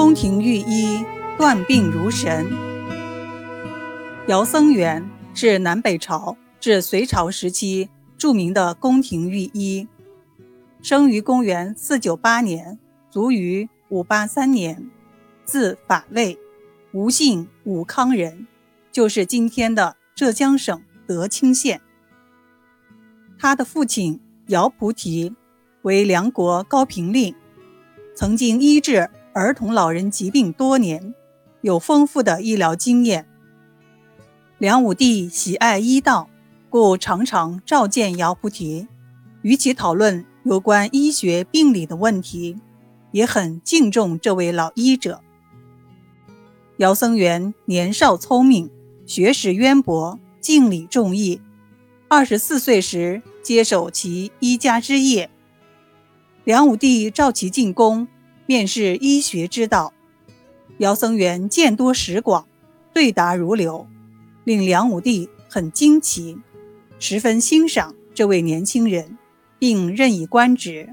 宫廷御医断病如神。姚僧元是南北朝至隋朝时期著名的宫廷御医，生于公元498年，卒于583年，字法卫，吴姓武康人，就是今天的浙江省德清县。他的父亲姚菩提为梁国高平令，曾经医治儿童老人疾病多年，有丰富的医疗经验。梁武帝喜爱医道，故常常召见姚菩提，与其讨论有关医学病理的问题，也很敬重这位老医者。姚僧元年少聪明，学识渊博，敬礼重义，24岁时接手其医家之业。梁武帝召其进宫，面试医学之道，姚僧元见多识广，对答如流，令梁武帝很惊奇，十分欣赏这位年轻人，并任以官职。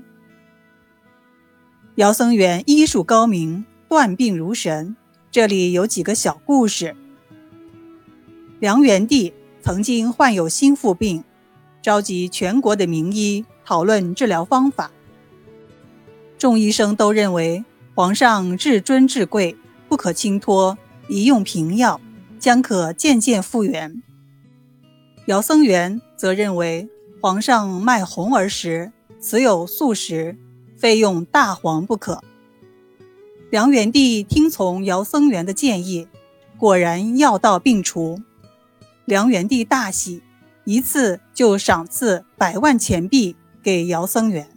姚僧元医术高明，断病如神，这里有几个小故事。梁元帝曾经患有心腹病，召集全国的名医讨论治疗方法。众医生都认为皇上至尊至贵，不可轻托，宜用平药，将可渐渐复原。姚僧元则认为皇上卖红儿时，此有素食，非用大黄不可。梁元帝听从姚僧元的建议，果然药到病除。梁元帝大喜，一次就赏赐100万钱币给姚僧元。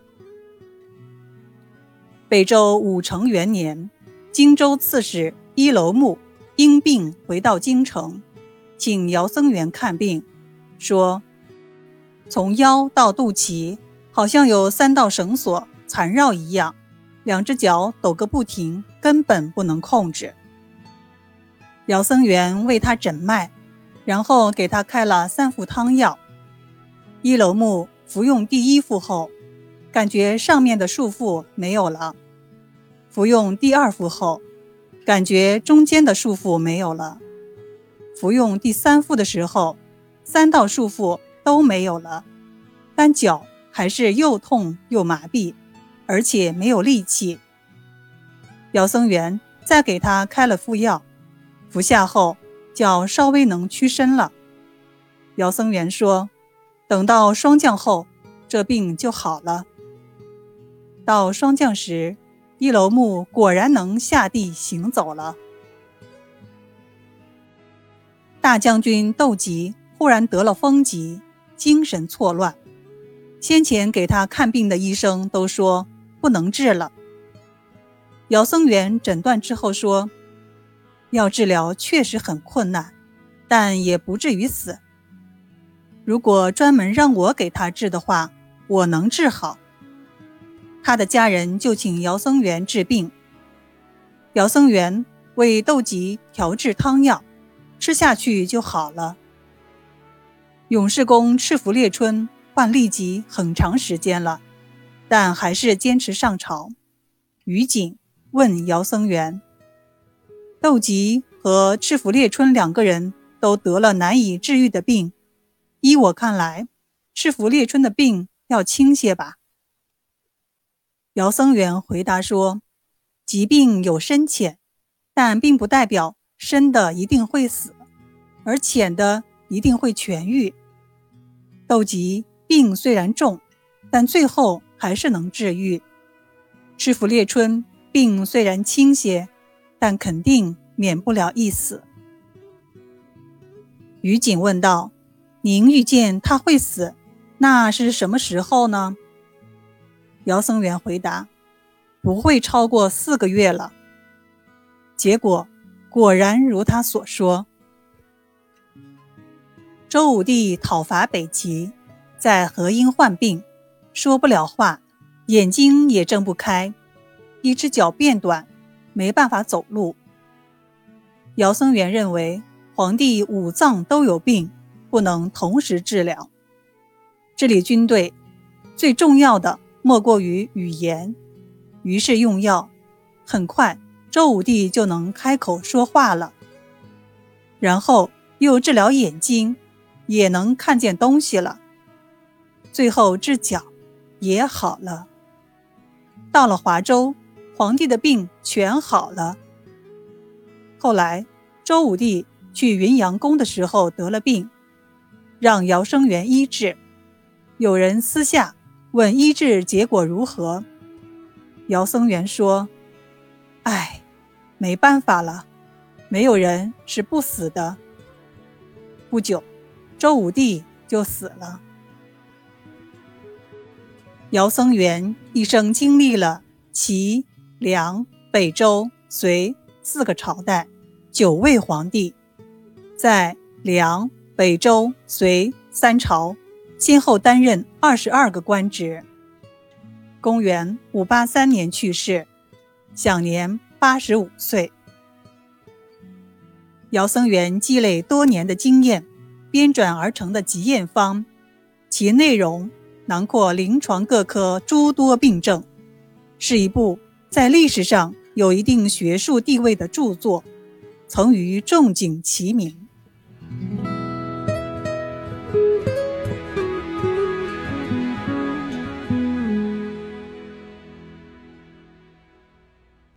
北周武成元年，荆州刺史伊楼牧因病回到京城，请姚僧元看病，说从腰到肚脐好像有3道绳索缠绕一样，2只脚抖个不停，根本不能控制。姚僧元为他诊脉，然后给他开了3副汤药。伊楼牧服用第1副后，感觉上面的束缚没有了；服用第2副后，感觉中间的束缚没有了；服用第3副的时候，3道束缚都没有了，但脚还是又痛又麻痹，而且没有力气。姚僧元再给他开了副药，服下后脚稍微能屈伸了。姚僧元说，等到霜降后，这病就好了。到霜降时，伊楼牧果然能下地行走了。大将军窦吉忽然得了风疾，精神错乱，先前给他看病的医生都说不能治了。姚僧元诊断之后说，要治疗确实很困难，但也不至于死。如果专门让我给他治的话，我能治好。他的家人就请姚僧元治病。姚僧元为窦吉调制汤药，吃下去就好了。永世公赤福烈春患痢疾很长时间了，但还是坚持上朝。于景问姚僧元，窦吉和赤福烈春2个人都得了难以治愈的病，依我看来，赤福烈春的病要轻些吧。姚僧元回答说，疾病有深浅，但并不代表深的一定会死，而浅的一定会痊愈。窦吉病虽然重，但最后还是能治愈。赤福烈春病虽然轻些，但肯定免不了一死。于景问道，您预见他会死，那是什么时候呢？姚僧元回答，不会超过4个月了。结果果然如他所说。周武帝讨伐北齐，在河阴患病，说不了话，眼睛也睁不开，1只脚变短，没办法走路。姚僧元认为皇帝5脏都有病，不能同时治疗。治理军队最重要的莫过于语言，于是用药。很快周武帝就能开口说话了。然后又治疗眼睛，也能看见东西了。最后治脚也好了。到了华州，皇帝的病全好了。后来周武帝去云阳宫的时候得了病，让姚生元医治。有人私下问医治结果如何，姚僧元说：哎，没办法了，没有人是不死的。不久，周武帝就死了。姚僧元一生经历了齐、梁、北周、隋4个朝代，9位皇帝，在梁、北周、隋3朝先后担任22个官职。公元583年去世，享年85岁。姚僧元积累多年的经验，编撰而成的疾验方，其内容囊括临床各科诸多病症，是一部在历史上有一定学术地位的著作，曾与仲景齐名。